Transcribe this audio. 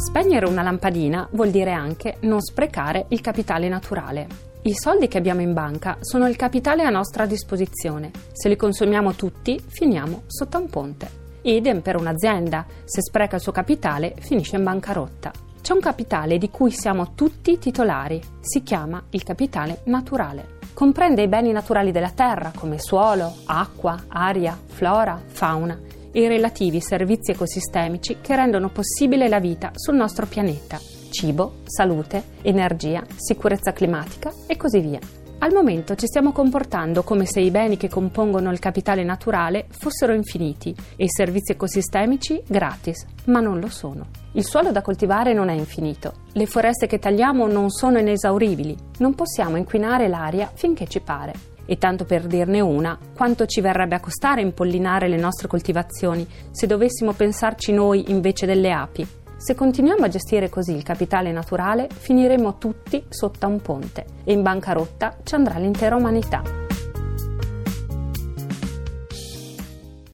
Spegnere una lampadina vuol dire anche non sprecare il capitale naturale. I soldi che abbiamo in banca sono il capitale a nostra disposizione. Se li consumiamo tutti, finiamo sotto un ponte. Idem per un'azienda. Se spreca il suo capitale, finisce in bancarotta. C'è un capitale di cui siamo tutti titolari. Si chiama il capitale naturale. Comprende i beni naturali della terra come suolo, acqua, aria, flora, fauna e i relativi servizi ecosistemici che rendono possibile la vita sul nostro pianeta. Cibo, salute, energia, sicurezza climatica e così via. Al momento ci stiamo comportando come se i beni che compongono il capitale naturale fossero infiniti e i servizi ecosistemici gratis, ma non lo sono. Il suolo da coltivare non è infinito, le foreste che tagliamo non sono inesauribili, non possiamo inquinare l'aria finché ci pare. E tanto per dirne una, quanto ci verrebbe a costare impollinare le nostre coltivazioni se dovessimo pensarci noi invece delle api? Se continuiamo a gestire così il capitale naturale, finiremo tutti sotto un ponte e in bancarotta ci andrà l'intera umanità.